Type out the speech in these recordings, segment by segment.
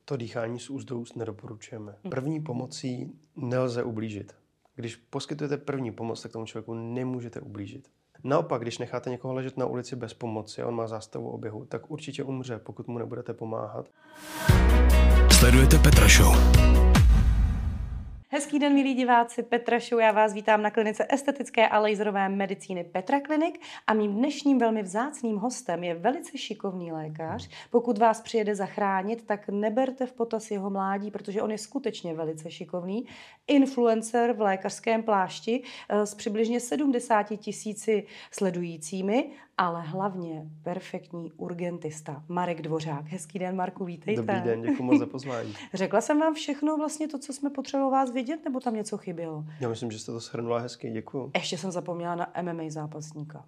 To dýchání z úst do úst nedoporučujeme. První pomocí nelze ublížit. Když poskytujete první pomoc, tak tomu člověku nemůžete ublížit. Naopak, když necháte někoho ležet na ulici bez pomoci a on má zástavu oběhu, tak určitě umře, pokud mu nebudete pomáhat. Sledujete Petra Show. Hezký den, milí diváci, Petra Show. Já vás vítám na klinice estetické a laserové medicíny Petra Clinic a mým dnešním velmi vzácným hostem je velice šikovný lékař. Pokud vás přijede zachránit, tak neberte v potaz jeho mládí, protože on je skutečně velice šikovný. Influencer v lékařském plášti s přibližně 70 000 sledujícími, ale hlavně perfektní urgentista Marek Dvořák. Hezký den, Marku, vítejte. Dobrý den, děkuji moc za pozvání. Řekla jsem vám všechno vlastně to, co jsme potřebovali vás vědět, nebo tam něco chybělo? Já myslím, že jste to shrnula hezky, děkuji. Ještě jsem zapomněla na MMA zápasníka.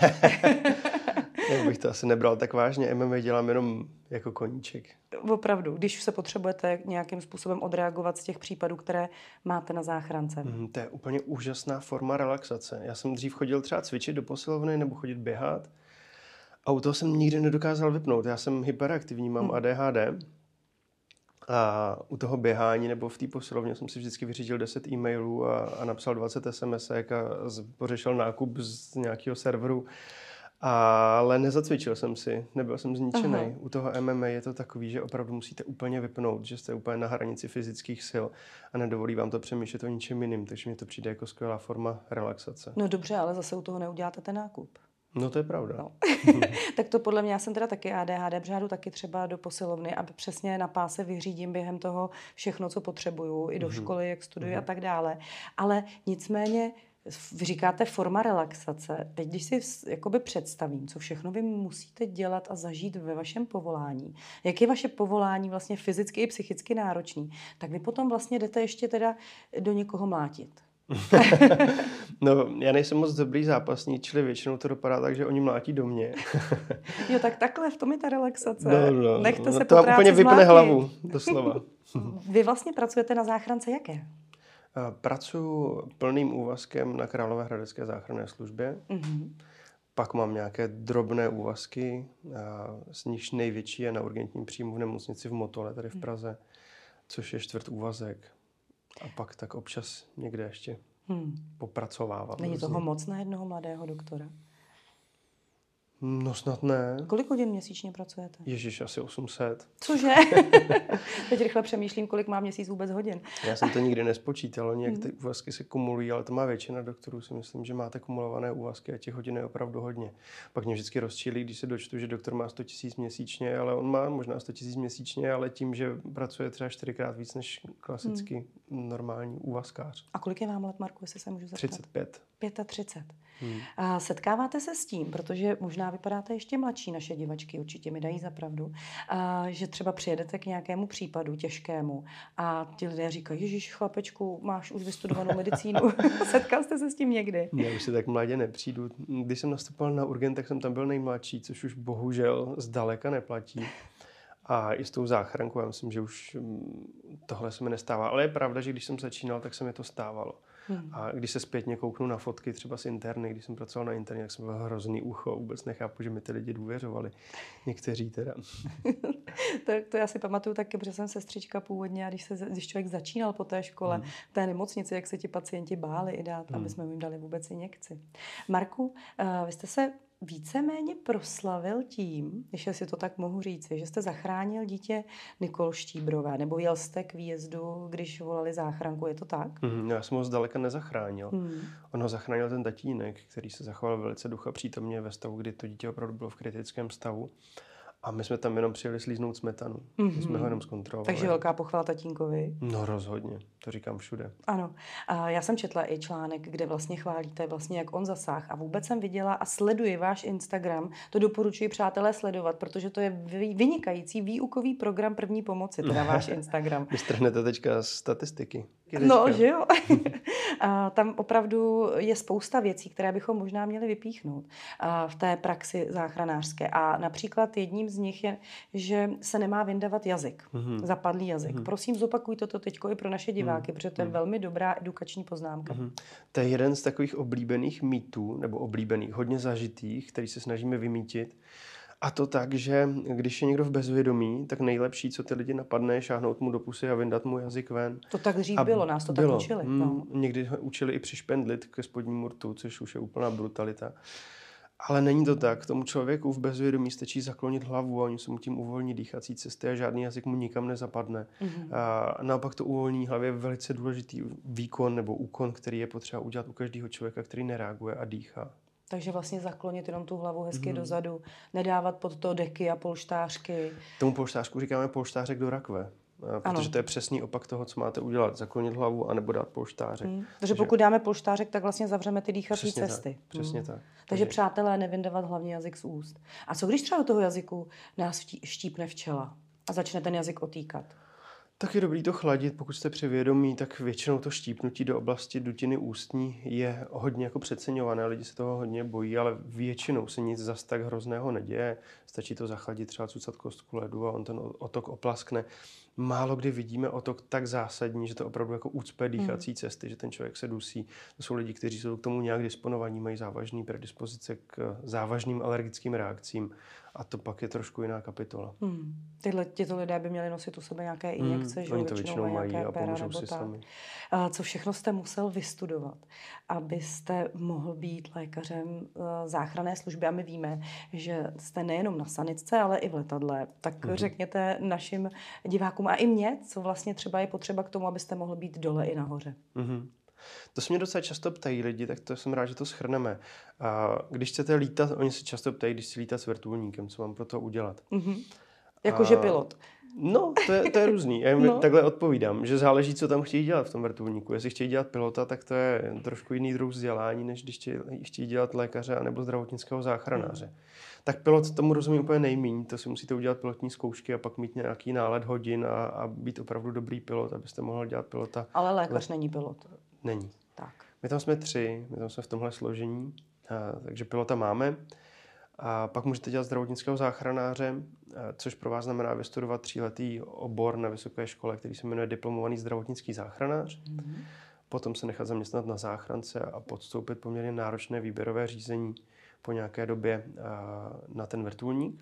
Já bych to asi nebral tak vážně, MMA dělám jenom jako koníček. Opravdu, když se potřebujete nějakým způsobem odreagovat z těch případů, které máte na záchrance. To je úplně úžasná forma relaxace. Já jsem dřív chodil třeba cvičit do posilovny nebo chodit běhat a u toho jsem nikdy nedokázal vypnout. Já jsem hyperaktivní, mám ADHD a u toho běhání nebo v té posilovně jsem si vždycky vyřídil 10 e-mailů a napsal 20 SMS-ek a pořešil nákup z nějakého serveru. Ale nezacvičil jsem si, nebyl jsem zničený. Aha. U toho MMA je to takový, že opravdu musíte úplně vypnout, že jste úplně na hranici fyzických sil a nedovolí vám to přemýšlet o ničem jiným, takže mi to přijde jako skvělá forma relaxace. No dobře, ale zase u toho neuděláte ten nákup. No to je pravda. No. Tak to podle mě, já jsem teda taky ADHD, přijdu taky třeba do posilovny, aby přesně na páse vyřídím během toho všechno, co potřebuju, i do školy, jak studuji a tak dále. Ale nicméně vy říkáte forma relaxace. Teď, když si jakoby představím, co všechno vy musíte dělat a zažít ve vašem povolání, jak je vaše povolání vlastně fyzicky i psychicky náročný, tak vy potom vlastně jdete ještě teda do někoho mlátit. No, já nejsem moc dobrý zápasník, čili většinou to dopadá tak, že oni mlátí do mě. Jo, tak takhle v tom je ta relaxace. No, Nechte se to po vám práci úplně vypne zmlátit. hlavu, doslova. Vy vlastně pracujete na záchrance jaké? Pracuji plným úvazkem na Královéhradecké záchranné službě. Pak mám nějaké drobné úvazky, z nichž největší je na urgentním příjmu v nemocnici v Motole, tady v Praze, což je 1/4 úvazek. A pak tak občas někde ještě popracovávám. Není toho moc na jednoho mladého doktora? No snad ne. Kolik hodin měsíčně pracujete? Ježiš, asi 800. Cože? Teď rychle přemýšlím, kolik má měsíc vůbec hodin. Já jsem to nikdy nespočítal, nějak ty úvazky se kumulují, ale to má většina doktorů, si myslím, že máte kumulované úvazky a těch hodin je opravdu hodně. Pak mě vždycky rozčílí, když se dočtu, že doktor má 100 000 měsíčně, ale on má možná 100 000 měsíčně, ale tím, že pracuje třeba 4krát víc než klasický normální úvazkář. A kolik je vám let, Marku, jestli se můžu zeptat? 35. 35. A setkáváte se s tím, protože možná vypadáte ještě mladší, naše divačky určitě mi dají za pravdu, že třeba přijedete k nějakému případu těžkému a ti lidé říkají, ježiš, chlapečku, máš už vystudovanou medicínu. Setkal jste se s tím někdy? Já už si tak mladě nepřijdu. Když jsem nastupoval na urgent, tak jsem tam byl nejmladší, což už bohužel zdaleka neplatí. A i s tou záchrankou, já myslím, že už tohle se mi nestává. Ale je pravda, že když jsem začínal, tak se mi to stávalo. A když se zpětně kouknu na fotky třeba z interny, když jsem pracoval na interně, tak jsem byl hrozný ucho. Vůbec nechápu, že mi ty lidi důvěřovali. Někteří teda. To já si pamatuju taky, protože jsem sestřička původně a když člověk začínal po té škole, v té nemocnici, jak se ti pacienti báli i dát, aby jsme jim dali vůbec injekci. Marku, vy jste se víceméně proslavil tím, když si to tak mohu říci, že jste zachránil dítě Nikol Štíbrové, nebo jel jste k výjezdu, když volali záchranku, je to tak? Já jsem ho zdaleka nezachránil. On ho zachránil ten tatínek, který se zachoval velice ducha přítomně ve stavu, kdy to dítě opravdu bylo v kritickém stavu. A my jsme tam jenom přijeli slíznout smetanu. My jsme ho jenom zkontrolovali. Takže velká pochvala tatínkovi. No rozhodně, to říkám všude. Ano. A já jsem četla i článek, kde vlastně chválíte vlastně, jak on zasáhl. A vůbec jsem viděla a sleduji váš Instagram. To doporučuji přátelé sledovat, protože to je vynikající výukový program první pomoci, teda váš Instagram. Vy strhnete teďka statistiky. No, že jo? A tam opravdu je spousta věcí, které bychom možná měli vypíchnout v té praxi záchranářské. A například jedním z nich je, že se nemá vyndavat jazyk, zapadlý jazyk. Prosím, zopakujte to teďko i pro naše diváky, protože to je velmi dobrá edukační poznámka. To je jeden z takových oblíbených mýtů, nebo oblíbených, hodně zažitých, který se snažíme vymýtit. A to tak, že když je někdo v bezvědomí, tak nejlepší, co ty lidi napadne, je šáhnout mu do pusy a vyndat mu jazyk ven. To tak dřív bylo, nás to tak učili. No. Někdy ho učili i přišpendlit ke spodnímu rtu, což už je úplná brutalita. Ale není to tak. Tomu člověku v bezvědomí stačí zaklonit hlavu a oni se mu tím uvolní dýchací cesty a žádný jazyk mu nikam nezapadne. A naopak to uvolnění hlavy je velice důležitý výkon nebo úkon, který je potřeba udělat u každého člověka, který nereaguje a dýchá. Takže vlastně zaklonit jenom tu hlavu hezky dozadu, nedávat pod to deky a polštářky. Tomu polštářku říkáme polštářek do rakve. Protože to je přesný opak toho, co máte udělat. Zaklonit hlavu a nebo dát polštářek. Takže pokud dáme polštářek, tak vlastně zavřeme ty dýchací cesty. Přesně tak. Takže přátelé, nevyndavat hlavně jazyk z úst. A co když třeba do toho jazyku nás štípne včela a začne ten jazyk otýkat? Tak je dobrý to chladit, pokud jste přivědomí, tak většinou to štípnutí do oblasti dutiny ústní je hodně jako přeceňované, lidi se toho hodně bojí, ale většinou se nic zas tak hrozného neděje, stačí to zachladit, třeba cucat kostku ledu a on ten otok oplaskne. Málo kdy vidíme otok tak zásadní, že to opravdu jako ucpe dýchací cesty, že ten člověk se dusí. To jsou lidi, kteří jsou k tomu nějak disponovaní, mají závažné predispozice k závažným alergickým reakcím. A to pak je trošku jiná kapitola. Tyto lidé by měli nosit u sebe nějaké injekce, že oni to většinou mají a pomůžou si sami. Co všechno jste musel vystudovat, abyste mohl být lékařem záchranné služby? A my víme, že jste nejenom na sanitce, ale i v letadle. Tak řekněte našim divákům a i mně, co vlastně třeba je potřeba k tomu, abyste mohl být dole i nahoře. To se mě docela často ptají lidi, tak to jsem rád, že to shrneme. Když chcete lítat, oni se často ptají, když si lítat s vrtulníkem, co mám pro to udělat. Jakože pilot. No, to je různý. Já jim takhle odpovídám, že záleží, co tam chtějí dělat v tom vrtulníku. Jestli chtějí dělat pilota, tak to je trošku jiný druh vzdělání, než když chtějí dělat lékaře nebo zdravotnického záchranáře. Tak pilot tomu rozumí úplně nejmíň, to si musíte udělat pilotní zkoušky a pak mít nějaký nálet hodin a být opravdu dobrý pilot, abyste mohl dělat pilota. Ale lékař není pilot. Není. Tak. My tam jsme 3, my tam jsme v tomhle složení, takže pilota máme. A pak můžete dělat zdravotnického záchranáře, což pro vás znamená vystudovat 3letý obor na vysoké škole, který se jmenuje diplomovaný zdravotnický záchranář. Potom se nechat zaměstnat na záchrance a podstoupit poměrně náročné výběrové řízení po nějaké době na ten vrtulník.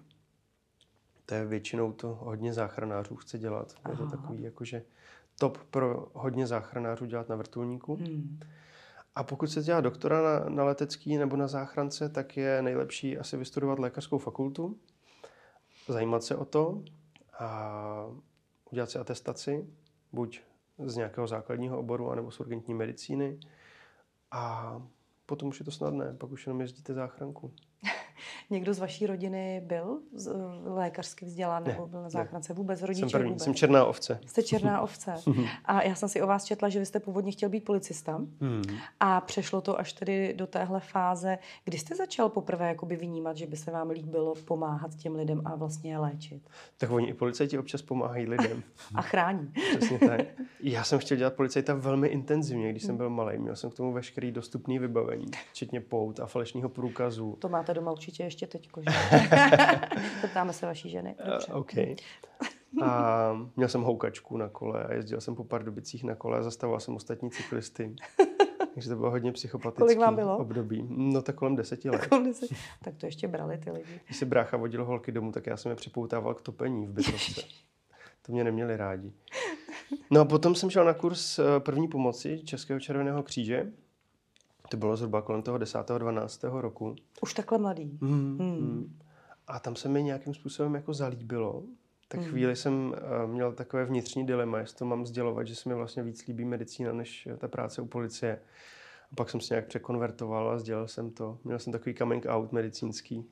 To je většinou to hodně záchranářů chce dělat. Je to takový jakože top pro hodně záchranářů dělat na vrtulníku. A pokud se dělá doktora na letecký nebo na záchrance, tak je nejlepší asi vystudovat lékařskou fakultu, zajímat se o to a udělat si atestaci, buď z nějakého základního oboru, anebo z urgentní medicíny. A potom už je to snadné, pak už jenom jezdíte záchranku. Někdo z vaší rodiny byl lékařsky vzdělán nebo byl na záchrance? Vůbec rodiče? Jsem vůbec? Jsem černá ovce. Jste černá ovce. A já jsem si o vás četla, že vy jste původně chtěl být policista a přešlo to až tedy do téhle fáze. Kdy jste začal poprvé jakoby vnímat, že by se vám líbilo pomáhat těm lidem a vlastně je léčit? Tak oni i policajti občas pomáhají lidem. A chrání. Přesně tak. Já jsem chtěl dělat policajta velmi intenzivně, když jsem byl malý. Měl jsem k tomu veškerý dostupný vybavení, včetně pout a falešného průkazu. To máte doma určitě ještě teďko, že? Zeptáme se vaší ženy. Dobře. Okay. A měl jsem houkačku na kole a jezdil jsem po Pardubicích na kole a zastavoval jsem ostatní cyklisty. Takže to bylo hodně psychopatický období. No tak kolem 10 let. Tak to ještě brali ty lidi. Když se brácha vodil holky domů, tak já jsem je připoutával k topení v bytovce. To mě neměli rádi. No a potom jsem šel na kurz první pomoci Českého červeného kříže. To bylo zhruba kolem toho 10. 12. roku. Už takhle mladý. A tam se mi nějakým způsobem jako zalíbilo. Tak chvíli jsem měl takové vnitřní dilema, jestli to mám sdělovat, že se mi vlastně víc líbí medicína, než ta práce u policie. A pak jsem se nějak překonvertoval a sdělil jsem to. Měl jsem takový coming out medicínský.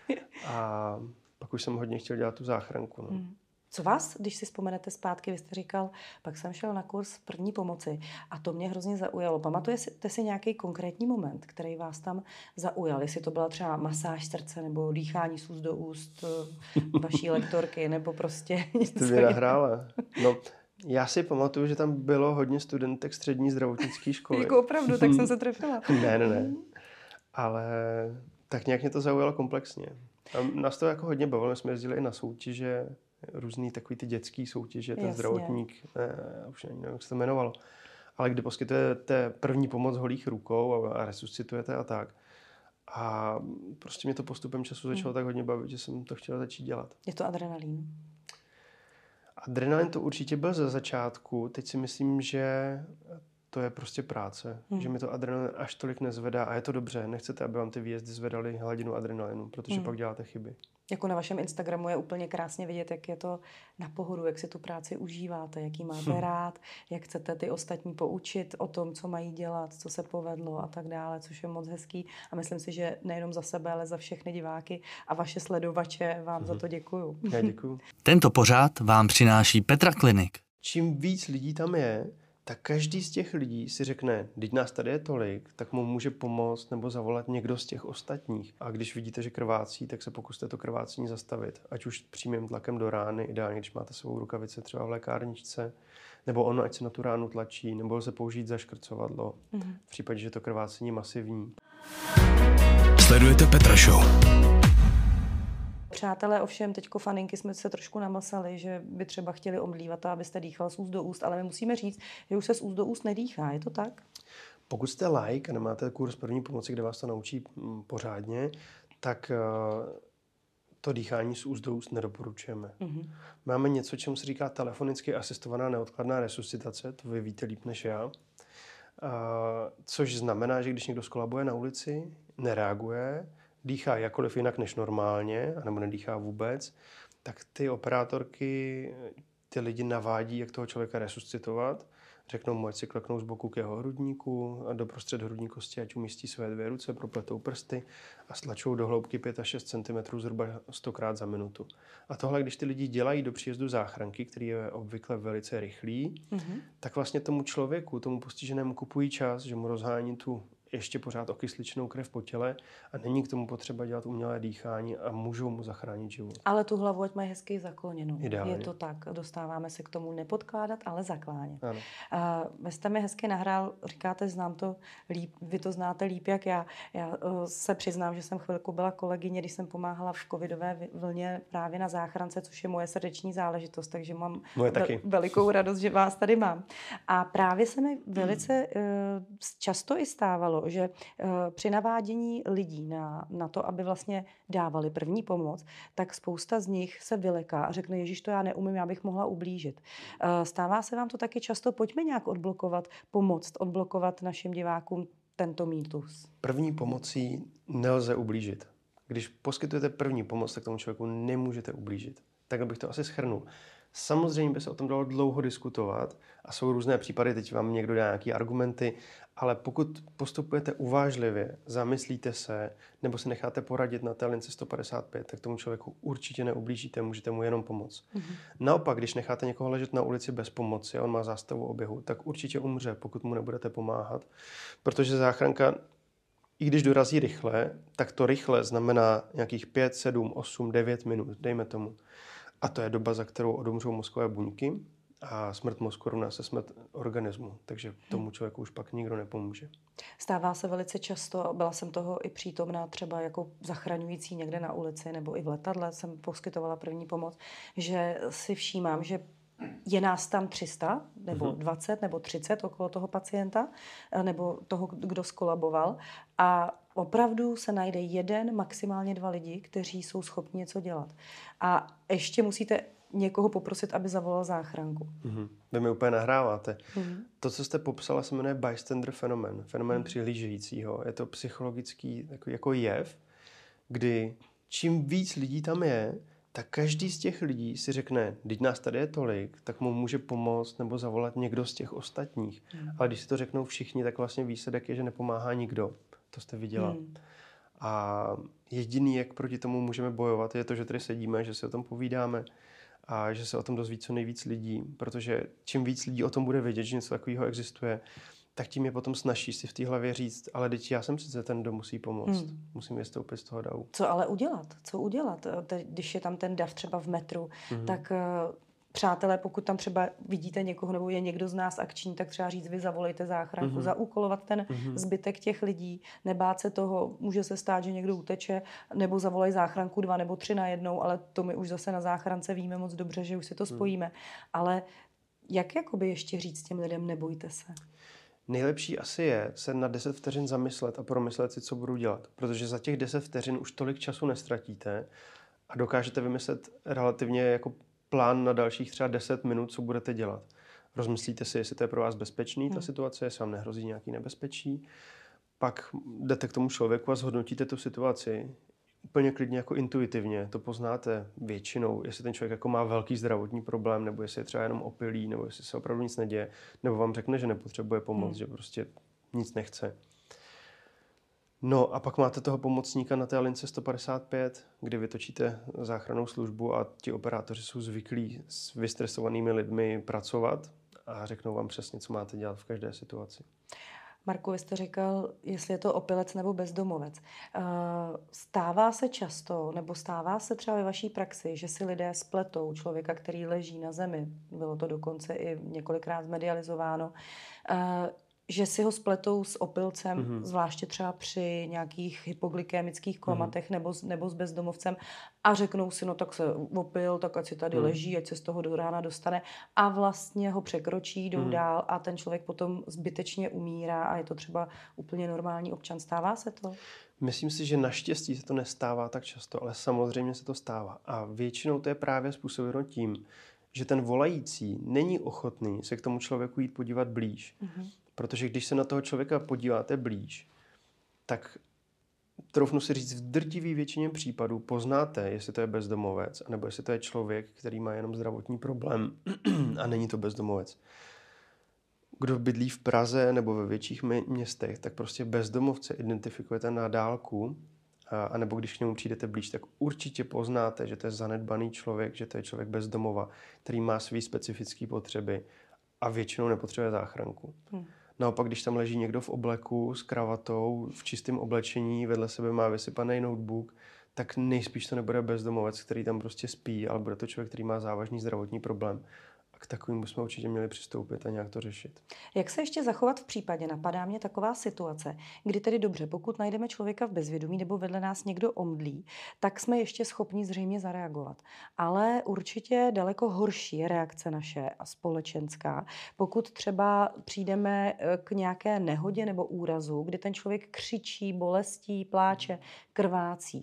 A pak už jsem hodně chtěl dělat tu záchranku. No. Co vás, když si vzpomenete zpátky, vy jste říkal, pak jsem šel na kurz první pomoci a to mě hrozně zaujalo. Pamatujete si nějaký konkrétní moment, který vás tam zaujal? Jestli to byla třeba masáž srdce nebo dýchání z úst do úst vaší lektorky nebo prostě něco. Jste mě nahrála. No, já si pamatuju, že tam bylo hodně studentek střední zdravotnické školy. Jako opravdu, tak jsem se trefila. Ne. Ale tak nějak mě to zaujalo komplexně. A nás to jako hodně bavilo, jsme jezdili i na soutěže, různý takový ty dětský soutěže, ten zdravotník, už nevím, jak se to jmenovalo, ale kdy poskytujete první pomoc holých rukou a resuscitujete a tak. A prostě mě to postupem času začalo tak hodně bavit, že jsem to chtěl začít dělat. Je to adrenalin? Adrenalin to určitě byl ze začátku. Teď si myslím, že to je prostě práce. Že mi to adrenalin až tolik nezvedá a je to dobře. Nechcete, aby vám ty výjezdy zvedaly hladinu adrenalinu, protože pak děláte chyby. Jako na vašem Instagramu je úplně krásně vidět, jak je to na pohodu, jak si tu práci užíváte, jak ji máte rád, jak chcete ty ostatní poučit o tom, co mají dělat, co se povedlo a tak dále, což je moc hezký. A myslím si, že nejenom za sebe, ale za všechny diváky a vaše sledovače vám za to děkuju. Já děkuju. Tento pořad vám přináší Petra Klinik. Čím víc lidí tam je, tak každý z těch lidí si řekne, když nás tady je tolik, tak mu může pomoct nebo zavolat někdo z těch ostatních. A když vidíte, že krvácí, tak se pokuste to krvácení zastavit. Ať už přímým tlakem do rány, ideálně, když máte svou rukavici třeba v lékárničce, nebo ono, ať se na tu ránu tlačí, nebo lze použít zaškrcovadlo, v případě, že to krvácení je masivní. Sledujete Petra Show. Přátelé, ovšem, teďko faninky jsme se trošku namlsali, že by třeba chtěli omdlívat, abyste dýchal z úst do úst, ale my musíme říct, že už se z úst do úst nedýchá, je to tak? Pokud jste laik a nemáte kurz první pomoci, kde vás to naučí pořádně, tak to dýchání z úst do úst nedoporučujeme. Máme něco, čemu se říká telefonicky asistovaná neodkladná resuscitace, to vy víte líp než já, což znamená, že když někdo skolabuje na ulici, nereaguje, dýchá jakkoliv jinak než normálně, anebo nedýchá vůbec, tak ty operátorky ty lidi navádí, jak toho člověka resuscitovat. Řeknou mu, ať si kleknou z boku k jeho hrudníku a doprostřed hrudní kosti, ať umístí své 2 ruce, propletou prsty a stlačou do hloubky 5 až 6 cm zhruba 100krát za minutu. A tohle, když ty lidi dělají do příjezdu záchranky, který je obvykle velice rychlý, tak vlastně tomu člověku, tomu postiženému kupují čas, že mu rozhání tu ještě pořád okysličnou krev po těle a není k tomu potřeba dělat umělé dýchání a můžou mu zachránit život. Ale tu hlavu ať mají hezky zakloněnou. Ideálně. Je to tak. Dostáváme se k tomu nepodkládat, ale zaklánět. Ano. Vy jste mi hezky nahrál, říkáte, znám to líp, vy to znáte líp jak já. Já se přiznám, že jsem chvilku byla kolegyně, když jsem pomáhala v covidové vlně právě na záchrance, což je moje srdeční záležitost, takže mám velikou radost, že vás tady mám. A právě se mi velice často i stávalo, že při navádění lidí na to, aby vlastně dávali první pomoc, tak spousta z nich se vyleká a řekne, ježiš, to já neumím, já bych mohla ublížit. Stává se vám to taky často? Pojďme nějak odblokovat, pomoct, odblokovat našim divákům tento mýtus. První pomocí nelze ublížit. Když poskytujete první pomoc, tak tomu člověku nemůžete ublížit. Takhle bych to asi shrnul. Samozřejmě by se o tom dalo dlouho diskutovat a jsou různé případy, teď vám někdo dá nějaké argumenty, ale pokud postupujete uvážlivě, zamyslíte se nebo se necháte poradit na té lince 155, tak tomu člověku určitě neublížíte, můžete mu jenom pomoct. Naopak, když necháte někoho ležet na ulici bez pomoci a on má zástavu oběhu, tak určitě umře, pokud mu nebudete pomáhat, protože záchranka, i když dorazí rychle, tak to rychle znamená nějakých 5, 7, 8, 9 minut, dejme tomu. A to je doba, za kterou odumřou mozkové buňky a smrt mozku rovná se smrt organismu. Takže tomu člověku už pak nikdo nepomůže. Stává se velice často, byla jsem toho i přítomná třeba jako zachraňující někde na ulici nebo i v letadle jsem poskytovala první pomoc, že si všímám, že je nás tam 300 nebo 20 nebo 30 okolo toho pacienta nebo toho, kdo skolaboval a opravdu se najde 1, maximálně 2 lidi, kteří jsou schopni něco dělat. A ještě musíte někoho poprosit, aby zavolal záchranku. Vy mi úplně nahráváte. To, co jste popsala, se jmenuje bystander fenomén. Fenomén přihlížejícího. Je to psychologický jako jev, kdy čím víc lidí tam je, tak každý z těch lidí si řekne, když nás tady je tolik, tak mu může pomoct nebo zavolat někdo z těch ostatních. Ale když si to řeknou všichni, tak vlastně výsledek je, že nepomáhá nikdo. To jste viděla. A jediný, jak proti tomu můžeme bojovat, je to, že tady sedíme, že si o tom povídáme a že se o tom dozví co nejvíc lidí, protože čím víc lidí o tom bude vědět, že něco takového existuje, tak tím je potom snazší si v té hlavě říct, ale teď já jsem přece ten, kdo musí pomoct. Musím vystoupit z toho davu. Co ale udělat? Co udělat? Když je tam ten dav třeba v metru, tak přátelé, pokud tam třeba vidíte někoho nebo je někdo z nás akční, tak třeba říct, vy zavolejte záchranku, zaúkolovat ten zbytek těch lidí, nebát se toho, může se stát, že někdo uteče, nebo zavolej záchranku 2 nebo 3 najednou, ale to my už zase na záchrance víme moc dobře, že už si to spojíme. Ale jak jakoby ještě říct těm lidem, nebojte se? Nejlepší asi je se na 10 vteřin zamyslet a promyslet si, co budu dělat. Protože za těch 10 vteřin už tolik času nestratíte a dokážete vymyslet relativně jako plán na dalších třeba 10 minut, co budete dělat. Rozmyslíte si, jestli to je pro vás bezpečný, ta situace, jestli vám nehrozí nějaký nebezpečí. Pak jdete k tomu člověku a zhodnotíte tu situaci úplně klidně jako intuitivně. To poznáte většinou, jestli ten člověk jako má velký zdravotní problém, nebo jestli je třeba jenom opilý, nebo jestli se opravdu nic neděje, nebo vám řekne, že nepotřebuje pomoc, že prostě nic nechce. No a pak máte toho pomocníka na té lince 155, kdy vytočíte záchrannou službu a ti operátoři jsou zvyklí s vystresovanými lidmi pracovat a řeknou vám přesně, co máte dělat v každé situaci. Marku, vy jste říkal, jestli je to opilec nebo bezdomovec. Stává se často, nebo stává se třeba ve vaší praxi, že si lidé spletou člověka, který leží na zemi, bylo to dokonce i několikrát zmedializováno, že si ho spletou s opilcem, zvláště třeba při nějakých hypoglykemických komatech nebo s bezdomovcem a řeknou si, no tak se opil, tak ať si tady leží, ať se z toho do rána dostane a vlastně ho překročí, jdou dál a ten člověk potom zbytečně umírá a je to třeba úplně normální občan. Stává se to? Myslím si, že naštěstí se to nestává tak často, ale samozřejmě se to stává. A většinou to je právě způsobeno tím, že ten volající není ochotný se k tomu člověku jít podívat blíž. Protože když se na toho člověka podíváte blíž, tak troufnu si říct, v drtivé většině případů poznáte, jestli to je bezdomovec, anebo jestli to je člověk, který má jenom zdravotní problém a není to bezdomovec. Kdo bydlí v Praze nebo ve větších městech, tak prostě bezdomovce identifikujete na dálku, anebo když k němu přijdete blíž, tak určitě poznáte, že to je zanedbaný člověk, že to je člověk bez domova, který má své specifické potřeby a většinou nepotřebuje záchranku. Naopak, když tam leží někdo v obleku s kravatou, v čistém oblečení, vedle sebe má vysypaný notebook, tak nejspíš to nebude bezdomovec, který tam prostě spí, ale bude to člověk, který má závažný zdravotní problém. A k takovým bychom určitě měli přistoupit a nějak to řešit. Jak se ještě zachovat v případě? Napadá mě taková situace, kdy tedy dobře, pokud najdeme člověka v bezvědomí nebo vedle nás někdo omdlí, tak jsme ještě schopni zřejmě zareagovat. Ale určitě daleko horší je reakce naše a společenská, pokud třeba přijdeme k nějaké nehodě nebo úrazu, kdy ten člověk křičí, bolestí, pláče, krvácí.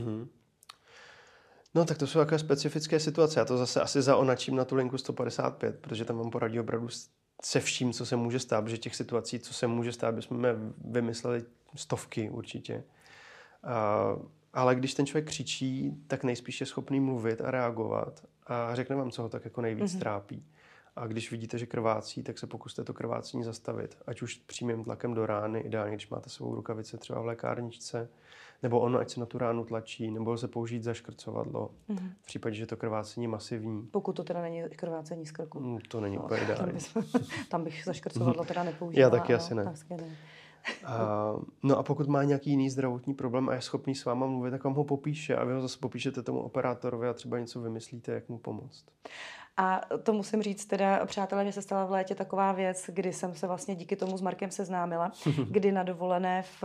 No tak to jsou takové specifické situace. Já to zase asi zaonačím na tu linku 155, protože tam vám poradí opravdu se vším, co se může stát, protože těch situací, co se může stát, bychom vymysleli stovky určitě. Ale když ten člověk křičí, tak nejspíš je schopný mluvit a reagovat a řekne vám, co ho tak jako nejvíc trápí. A když vidíte, že krvácí, tak se pokuste to krvácení zastavit. Ať už přímým tlakem do rány, ideálně, když máte svou rukavice třeba v lékárničce, nebo ono, ať se na tu ránu tlačí, nebo lze použít zaškrcovadlo, v případě, že to krvácení je masivní. Pokud to teda není krvácení z krku. To není úplně ideální. Tam bych zaškrcovadlo teda nepoužívala. Já taky asi ne. No a pokud má nějaký jiný zdravotní problém a je schopný s váma mluvit, tak vám ho popíše a vy ho zase popíšete tomu operátorovi a třeba něco vymyslíte, jak mu pomoct. A to musím říct teda, přátelé, mně se stala v létě taková věc, kdy jsem se vlastně díky tomu s Markem seznámila, kdy na dovolené v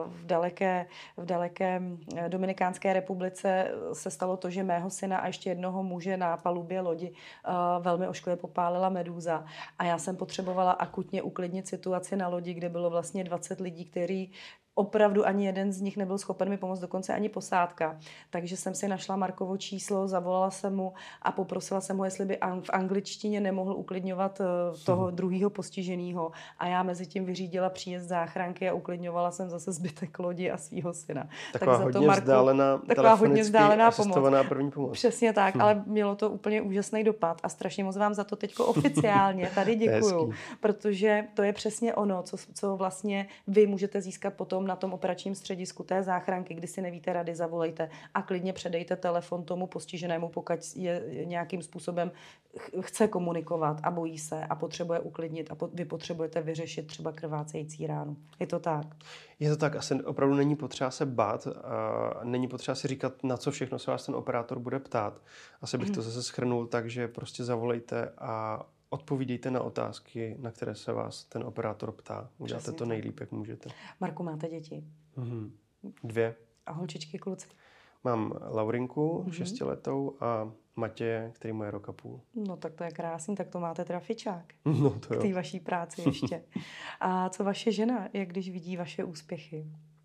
daleké Dominikánské republice se stalo to, že mého syna a ještě jednoho muže na palubě lodi velmi ošklivě popálila medúza. A já jsem potřebovala akutně uklidnit situaci na lodi, kde bylo vlastně 20 lidí, kteří opravdu ani jeden z nich nebyl schopen mi pomoct, dokonce ani posádka. Takže jsem si našla Markovo číslo, zavolala jsem mu a poprosila jsem ho, jestli by v angličtině nemohl uklidňovat toho druhého postiženého. A já mezi tím vyřídila příjezd záchranky a uklidňovala jsem zase zbytek lodi a svýho syna. Taková hodně vzdálená asistovaná první pomoc. Přesně tak, ale mělo to úplně úžasný dopad a strašně moc vám za to teďko oficiálně tady děkuju, protože to je přesně ono, co vlastně vy můžete získat potom na tom operačním středisku té záchranky, kdy si nevíte rady, zavolejte a klidně předejte telefon tomu postiženému, pokud je nějakým způsobem chce komunikovat a bojí se a potřebuje uklidnit a vy potřebujete vyřešit třeba krvácející ránu. Je to tak? Je to tak. Asi opravdu není potřeba se bát a není potřeba si říkat, na co všechno se vás ten operátor bude ptát. Asi bych to zase shrnul tak, že prostě zavolejte a odpovídejte na otázky, na které se vás ten operátor ptá. Uděláte to nejlíp, jak můžete. Marku, máte děti? 2. A holčičky, kluci? Mám Laurinku, 6letou, a Matěje, který mu je rok a půl. No tak to je krásný, tak to máte trafičák No to k té jo. vaší práci ještě. A co vaše žena, jak když vidí vaše úspěchy?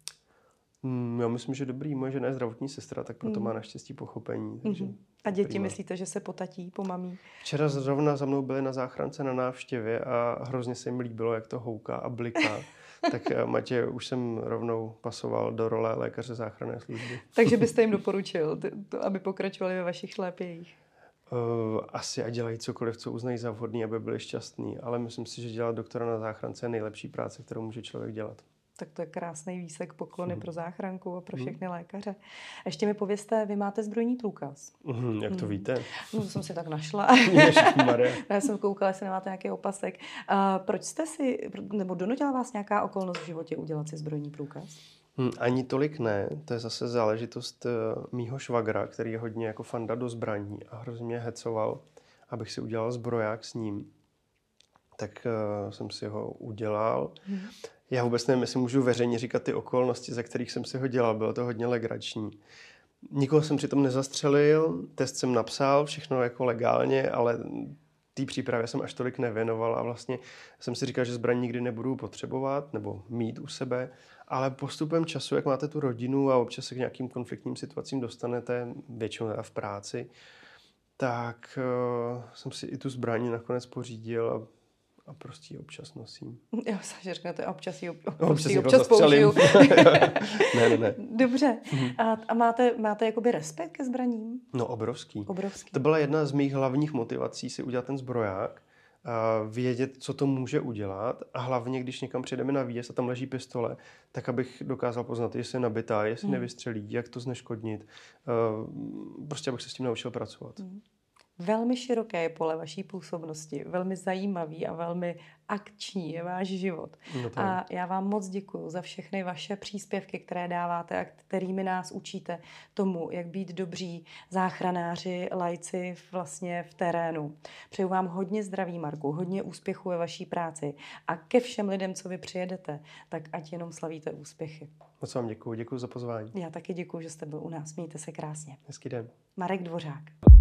Já myslím, že dobrý. Moje žena je zdravotní sestra, tak proto má naštěstí pochopení. Takže A děti prima. myslíte, že se potatí, pomamí? Včera zrovna za mnou byli na záchrance na návštěvě a hrozně se jim líbilo, jak to houká a bliká. Tak Matěj už jsem rovnou pasoval do role lékaře záchranné služby. Takže byste jim doporučil, aby pokračovali ve vašich šlépějích? Asi a dělají cokoliv, co uznají za vhodný, aby byli šťastní. Ale myslím si, že dělat doktora na záchrance je nejlepší práce, kterou může člověk dělat. Tak to je krásný výsek, poklony pro záchranku a pro všechny lékaře. Ještě mi povězte, vy máte zbrojní průkaz. Jak to víte? No, to jsem si tak našla. Ježišmarja. Já jsem koukala, jestli nemáte nějaký opasek. Proč jste si, nebo donutila vás nějaká okolnost v životě udělat si zbrojní průkaz? Ani tolik ne. To je zase záležitost mýho švagra, který je hodně jako fanda do zbraní a hrozně mě hecoval, abych si udělal zbroják s ním. Tak jsem si ho udělal. Já vůbec nevím, jestli můžu veřejně říkat ty okolnosti, za kterých jsem si ho dělal. Bylo to hodně legrační. Nikoho jsem přitom nezastřelil, test jsem napsal, všechno jako legálně, ale té přípravě jsem až tolik nevěnoval a vlastně jsem si říkal, že zbraň nikdy nebudu potřebovat nebo mít u sebe, ale postupem času, jak máte tu rodinu a občas se k nějakým konfliktním situacím dostanete, většinou teda v práci, tak jsem si i tu zbraň nakonec pořídil a prostě ji občas nosím. Jo, že řeknete, občas občas použiju. Ne. Dobře. A máte jakoby respekt ke zbraním? No, obrovský. Obrovský. To byla jedna z mých hlavních motivací si udělat ten zbroják, vědět, co to může udělat a hlavně, když někam přijedeme na výjezd a tam leží pistole, tak abych dokázal poznat, jestli je nabitá, jestli nevystřelí, jak to zneškodnit. Prostě abych se s tím naučil pracovat. Velmi široké je pole vaší působnosti, velmi zajímavý a velmi akční je váš život. No a já vám moc děkuju za všechny vaše příspěvky, které dáváte a kterými nás učíte tomu, jak být dobří záchranáři, lajci vlastně v terénu. Přeju vám hodně zdraví, Marku, hodně úspěchů ve vaší práci a ke všem lidem, co vy přijedete, tak ať jenom slavíte úspěchy. Moc vám děkuju za pozvání. Já taky děkuju, že jste byl u nás. Mějte se krásně. Hezký den. Marek Dvořák.